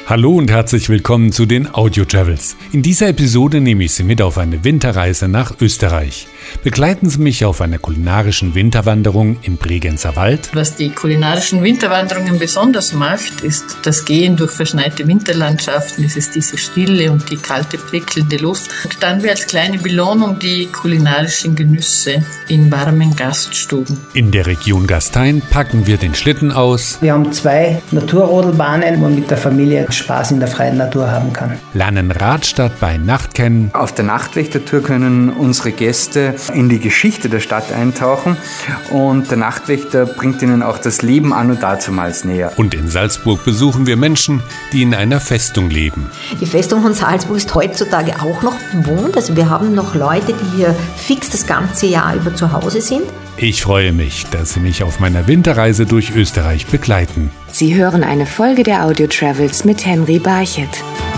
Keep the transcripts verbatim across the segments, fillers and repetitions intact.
Hallo und herzlich willkommen zu den Audio Travels. In dieser Episode nehme ich Sie mit auf eine Winterreise nach Österreich. Begleiten Sie mich auf einer kulinarischen Winterwanderung im Bregenzer Wald. Was die kulinarischen Winterwanderungen besonders macht, ist das Gehen durch verschneite Winterlandschaften. Es ist diese Stille und die kalte, prickelnde Luft. Und dann wie als kleine Belohnung die kulinarischen Genüsse in warmen Gaststuben. In der Region Gastein packen wir den Schlitten aus. Wir haben zwei Naturrodelbahnen, wo man mit der Familie Spaß in der freien Natur haben kann. Lernen Radstadt bei Nacht kennen. Auf der Nachtwächtertour können unsere Gäste in die Geschichte der Stadt eintauchen und der Nachtwächter bringt ihnen auch das Leben anno dazumals näher. Und in Salzburg besuchen wir Menschen, die in einer Festung leben. Die Festung von Salzburg ist heutzutage auch noch bewohnt. Also wir haben noch Leute, die hier fix das ganze Jahr über zu Hause sind. Ich freue mich, dass Sie mich auf meiner Winterreise durch Österreich begleiten. Sie hören eine Folge der Audio Travels mit Henry Barchett.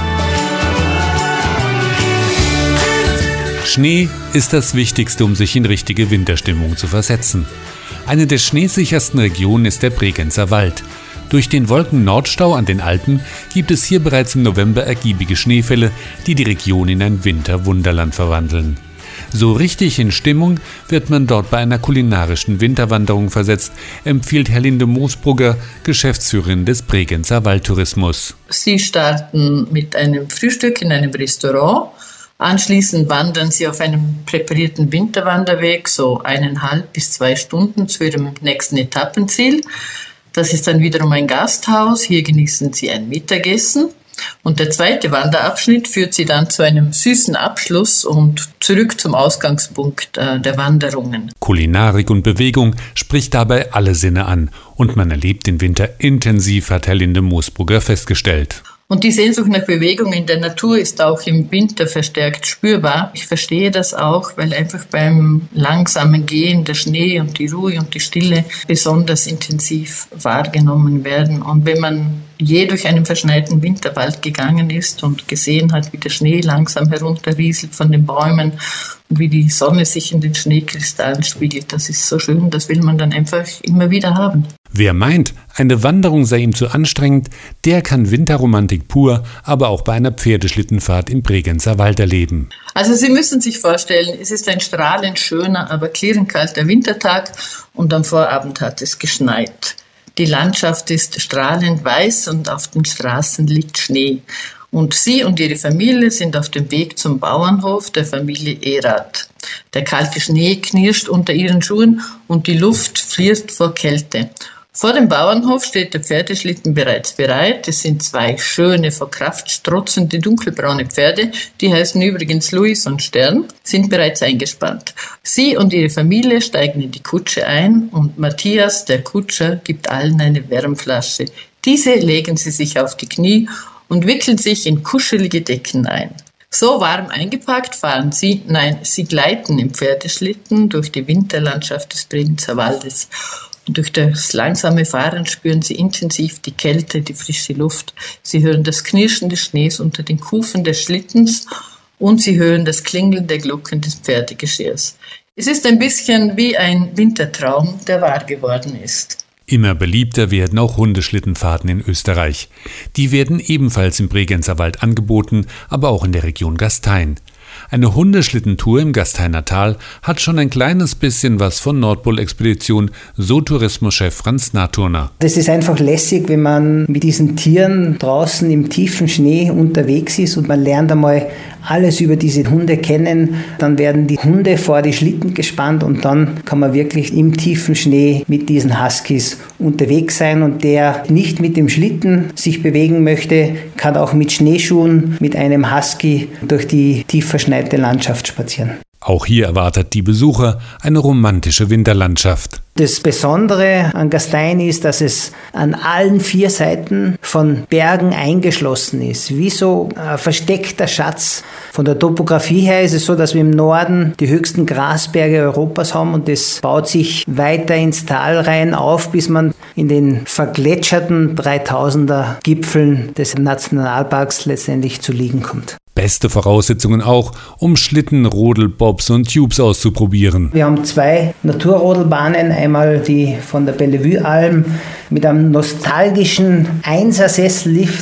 Schnee ist das Wichtigste, um sich in richtige Winterstimmung zu versetzen. Eine der schneesichersten Regionen ist der Bregenzer Wald. Durch den Wolken-Nordstau an den Alpen gibt es hier bereits im November ergiebige Schneefälle, die die Region in ein Winterwunderland verwandeln. So richtig in Stimmung wird man dort bei einer kulinarischen Winterwanderung versetzt, empfiehlt Herlinde Moosbrugger, Geschäftsführerin des Bregenzer Waldtourismus. Sie starten mit einem Frühstück in einem Restaurant. Anschließend wandern Sie auf einem präparierten Winterwanderweg, so eineinhalb bis zwei Stunden zu Ihrem nächsten Etappenziel. Das ist dann wiederum ein Gasthaus. Hier genießen Sie ein Mittagessen. Und der zweite Wanderabschnitt führt Sie dann zu einem süßen Abschluss und zurück zum Ausgangspunkt äh, der Wanderungen. Kulinarik und Bewegung spricht dabei alle Sinne an und man erlebt den Winter intensiv, hat Herlinde Moosbrugger festgestellt. Und die Sehnsucht nach Bewegung in der Natur ist auch im Winter verstärkt spürbar. Ich verstehe das auch, weil einfach beim langsamen Gehen der Schnee und die Ruhe und die Stille besonders intensiv wahrgenommen werden. Und wenn man je durch einen verschneiten Winterwald gegangen ist und gesehen hat, wie der Schnee langsam herunterrieselt von den Bäumen und wie die Sonne sich in den Schneekristallen spiegelt, das ist so schön, das will man dann einfach immer wieder haben. Wer meint, eine Wanderung sei ihm zu anstrengend, der kann Winterromantik pur, aber auch bei einer Pferdeschlittenfahrt im Bregenzer Wald erleben. Also Sie müssen sich vorstellen, es ist ein strahlend schöner, aber klirrend kalter Wintertag und am Vorabend hat es geschneit. Die Landschaft ist strahlend weiß und auf den Straßen liegt Schnee. Und Sie und Ihre Familie sind auf dem Weg zum Bauernhof der Familie Erath. Der kalte Schnee knirscht unter Ihren Schuhen und die Luft friert vor Kälte. Vor dem Bauernhof steht der Pferdeschlitten bereits bereit. Es sind zwei schöne, vor Kraft strotzende, dunkelbraune Pferde, die heißen übrigens Luis und Stern, sind bereits eingespannt. Sie und ihre Familie steigen in die Kutsche ein und Matthias, der Kutscher, gibt allen eine Wärmflasche. Diese legen sie sich auf die Knie und wickeln sich in kuschelige Decken ein. So warm eingepackt fahren sie, nein, sie gleiten im Pferdeschlitten durch die Winterlandschaft des Bregenzer Waldes. Und durch das langsame Fahren spüren sie intensiv die Kälte, die frische Luft. Sie hören das Knirschen des Schnees unter den Kufen des Schlittens und sie hören das Klingeln der Glocken des Pferdegeschirrs. Es ist ein bisschen wie ein Wintertraum, der wahr geworden ist. Immer beliebter werden auch Hundeschlittenfahrten in Österreich. Die werden ebenfalls im Bregenzer Wald angeboten, aber auch in der Region Gastein. Eine Hundeschlittentour im Gasteiner Tal hat schon ein kleines bisschen was von Nordpol-Expedition, so Tourismuschef Franz Naturner. Das ist einfach lässig, wenn man mit diesen Tieren draußen im tiefen Schnee unterwegs ist und man lernt einmal alles über diese Hunde kennen. Dann werden die Hunde vor die Schlitten gespannt und dann kann man wirklich im tiefen Schnee mit diesen Huskies unterwegs sein. Und der nicht mit dem Schlitten sich bewegen möchte, kann auch mit Schneeschuhen mit einem Husky durch die tief verschneite Landschaft spazieren. Auch hier erwartet die Besucher eine romantische Winterlandschaft. Das Besondere an Gastein ist, dass es an allen vier Seiten von Bergen eingeschlossen ist, wie so ein versteckter Schatz. Von der Topografie her ist es so, dass wir im Norden die höchsten Grasberge Europas haben und das baut sich weiter ins Tal rein auf, bis man in den vergletscherten dreitausender Gipfeln des Nationalparks letztendlich zu liegen kommt. Beste Voraussetzungen auch, um Schlitten, Rodel, Bobs und Tubes auszuprobieren. Wir haben zwei Naturrodelbahnen, einmal die von der Bellevue-Alm mit einem nostalgischen Einsersessellift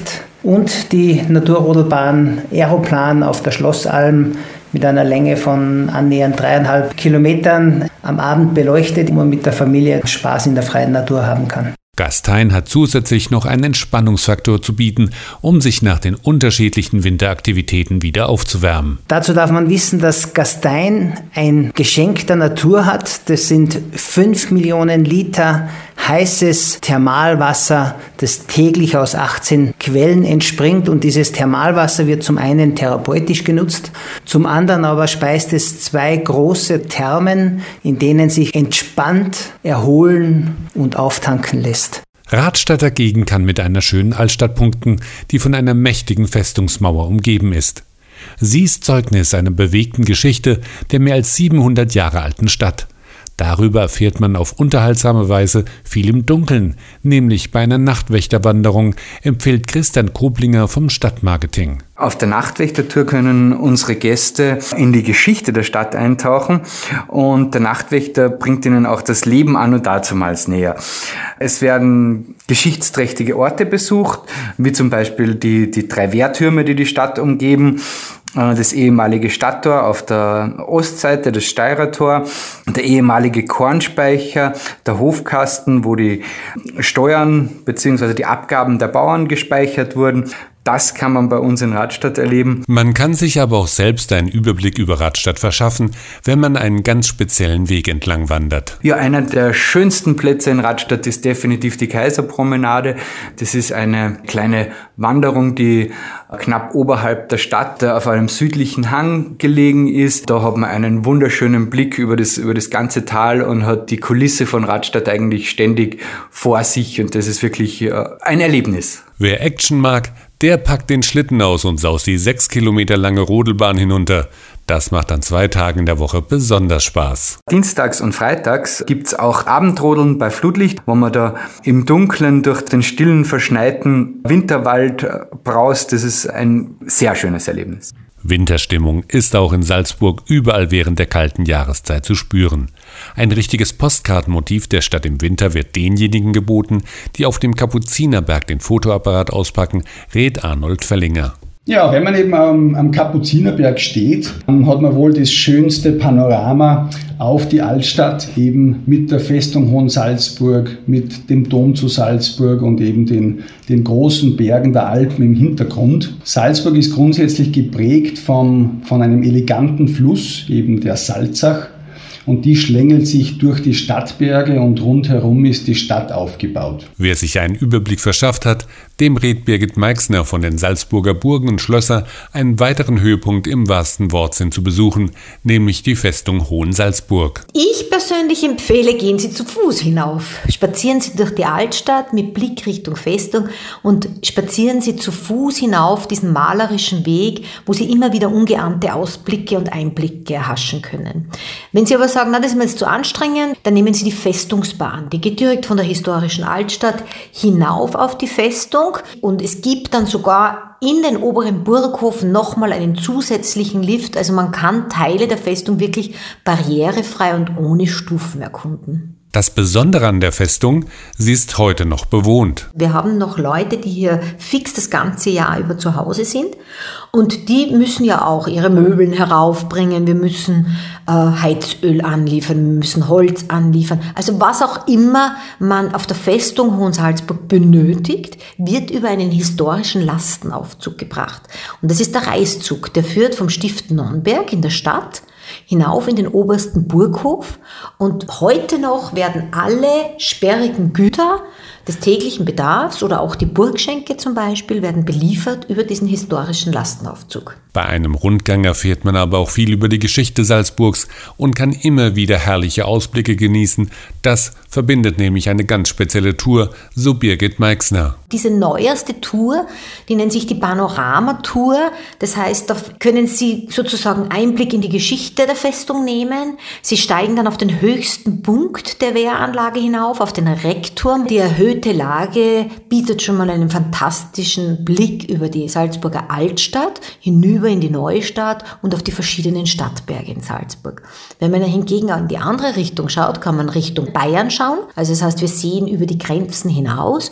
und die Naturrodelbahn Aeroplan auf der Schlossalm mit einer Länge von annähernd dreieinhalb Kilometern am Abend beleuchtet, wo man mit der Familie Spaß in der freien Natur haben kann. Gastein hat zusätzlich noch einen Entspannungsfaktor zu bieten, um sich nach den unterschiedlichen Winteraktivitäten wieder aufzuwärmen. Dazu darf man wissen, dass Gastein ein Geschenk der Natur hat. Das sind fünf Millionen Liter heißes Thermalwasser, das täglich aus achtzehn Quellen entspringt. Und dieses Thermalwasser wird zum einen therapeutisch genutzt, zum anderen aber speist es zwei große Thermen, in denen sich entspannt erholen und auftanken lässt. Radstadt dagegen kann mit einer schönen Altstadt punkten, die von einer mächtigen Festungsmauer umgeben ist. Sie ist Zeugnis einer bewegten Geschichte der mehr als siebenhundert Jahre alten Stadt. Darüber erfährt man auf unterhaltsame Weise viel im Dunkeln, nämlich bei einer Nachtwächterwanderung, empfiehlt Christian Koblinger vom Stadtmarketing. Auf der Nachtwächtertour können unsere Gäste in die Geschichte der Stadt eintauchen und der Nachtwächter bringt ihnen auch das Leben anno dazumals näher. Es werden geschichtsträchtige Orte besucht, wie zum Beispiel die, die drei Wehrtürme, die die Stadt umgeben, das ehemalige Stadttor auf der Ostseite, das Steirer Tor, der ehemalige Kornspeicher, der Hofkasten, wo die Steuern bzw. die Abgaben der Bauern gespeichert wurden. Das kann man bei uns in Radstadt erleben. Man kann sich aber auch selbst einen Überblick über Radstadt verschaffen, wenn man einen ganz speziellen Weg entlang wandert. Ja, einer der schönsten Plätze in Radstadt ist definitiv die Kaiserpromenade. Das ist eine kleine Wanderung, die knapp oberhalb der Stadt auf einem südlichen Hang gelegen ist. Da hat man einen wunderschönen Blick über das, über das ganze Tal und hat die Kulisse von Radstadt eigentlich ständig vor sich. Und das ist wirklich ein Erlebnis. Wer Action mag, der packt den Schlitten aus und saust die sechs Kilometer lange Rodelbahn hinunter. Das macht an zwei Tagen in der Woche besonders Spaß. Dienstags und freitags gibt's auch Abendrodeln bei Flutlicht, wo man da im Dunkeln durch den stillen, verschneiten Winterwald braust. Das ist ein sehr schönes Erlebnis. Winterstimmung ist auch in Salzburg überall während der kalten Jahreszeit zu spüren. Ein richtiges Postkartenmotiv der Stadt im Winter wird denjenigen geboten, die auf dem Kapuzinerberg den Fotoapparat auspacken, rät Arnold Fellinger. Ja, wenn man eben am, am Kapuzinerberg steht, dann hat man wohl das schönste Panorama auf die Altstadt, eben mit der Festung Hohensalzburg, mit dem Dom zu Salzburg und eben den, den großen Bergen der Alpen im Hintergrund. Salzburg ist grundsätzlich geprägt vom, von einem eleganten Fluss, eben der Salzach. Und die schlängelt sich durch die Stadtberge und rundherum ist die Stadt aufgebaut. Wer sich einen Überblick verschafft hat, dem rät Birgit Meixner von den Salzburger Burgen und Schlösser, einen weiteren Höhepunkt im wahrsten Wortsinn zu besuchen, nämlich die Festung Hohensalzburg. Ich persönlich empfehle, gehen Sie zu Fuß hinauf. Spazieren Sie durch die Altstadt mit Blick Richtung Festung und spazieren Sie zu Fuß hinauf diesen malerischen Weg, wo Sie immer wieder ungeahnte Ausblicke und Einblicke erhaschen können. Wenn Sie aber sagen, na, das ist mir jetzt zu anstrengend, dann nehmen Sie die Festungsbahn. Die geht direkt von der historischen Altstadt hinauf auf die Festung und es gibt dann sogar in den oberen Burghof nochmal einen zusätzlichen Lift. Also man kann Teile der Festung wirklich barrierefrei und ohne Stufen erkunden. Das Besondere an der Festung, sie ist heute noch bewohnt. Wir haben noch Leute, die hier fix das ganze Jahr über zu Hause sind und die müssen ja auch ihre Möbeln heraufbringen. Wir müssen äh, Heizöl anliefern, wir müssen Holz anliefern. Also was auch immer man auf der Festung Hohensalzburg benötigt, wird über einen historischen Lastenaufzug gebracht. Und das ist der Reißzug, der führt vom Stift Nonnberg in der Stadt hinauf in den obersten Burghof und heute noch werden alle sperrigen Güter des täglichen Bedarfs oder auch die Burgschenke zum Beispiel werden beliefert über diesen historischen Lastenaufzug. Bei einem Rundgang erfährt man aber auch viel über die Geschichte Salzburgs und kann immer wieder herrliche Ausblicke genießen. Das verbindet nämlich eine ganz spezielle Tour, so Birgit Meixner. Diese neuerste Tour, die nennt sich die Panorama-Tour. Das heißt, da können Sie sozusagen Einblick in die Geschichte der Festung nehmen. Sie steigen dann auf den höchsten Punkt der Wehranlage hinauf, auf den Reckturm. Die erhöhte Lage bietet schon mal einen fantastischen Blick über die Salzburger Altstadt, hinüber in die Neustadt und auf die verschiedenen Stadtberge in Salzburg. Wenn man hingegen in die andere Richtung schaut, kann man Richtung Bayern schauen. Also das heißt, wir sehen über die Grenzen hinaus.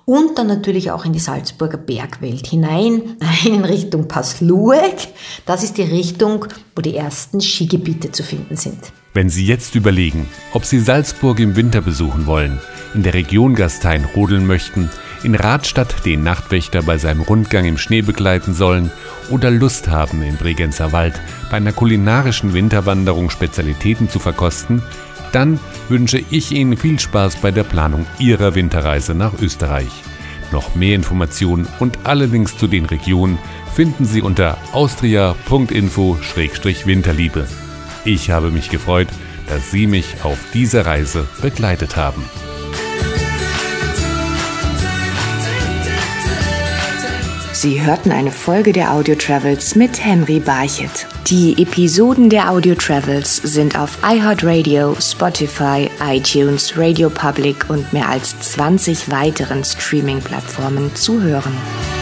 und dann natürlich auch in die Salzburger Bergwelt hinein, in Richtung Pasluek. Das ist die Richtung, wo die ersten Skigebiete zu finden sind. Wenn Sie jetzt überlegen, ob Sie Salzburg im Winter besuchen wollen, in der Region Gastein rodeln möchten, in Radstadt den Nachtwächter bei seinem Rundgang im Schnee begleiten sollen oder Lust haben, im Bregenzer Wald bei einer kulinarischen Winterwanderung Spezialitäten zu verkosten, dann wünsche ich Ihnen viel Spaß bei der Planung Ihrer Winterreise nach Österreich. Noch mehr Informationen und alle Links zu den Regionen finden Sie unter austria punkt info slash winterliebe. Ich habe mich gefreut, dass Sie mich auf dieser Reise begleitet haben. Sie hörten eine Folge der Audio Travels mit Henry Barchett. Die Episoden der Audio Travels sind auf iHeartRadio, Spotify, iTunes, Radio Public und mehr als zwanzig weiteren Streaming-Plattformen zu hören.